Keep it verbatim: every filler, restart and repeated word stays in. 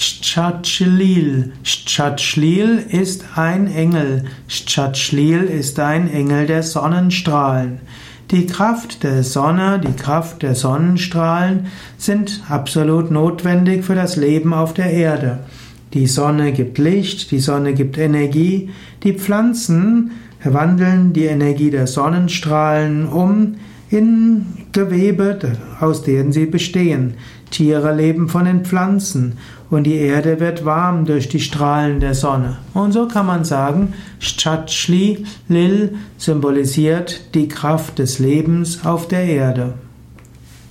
Shchachlil. Shchachlil ist ein Engel. Shchachlil ist ein Engel der Sonnenstrahlen. Die Kraft der Sonne, die Kraft der Sonnenstrahlen sind absolut notwendig für das Leben auf der Erde. Die Sonne gibt Licht, die Sonne gibt Energie, die Pflanzen wandeln die Energie der Sonnenstrahlen um in Gewebe, aus denen sie bestehen. Tiere leben von den Pflanzen und die Erde wird warm durch die Strahlen der Sonne. Und so kann man sagen, Shchachlil symbolisiert die Kraft des Lebens auf der Erde.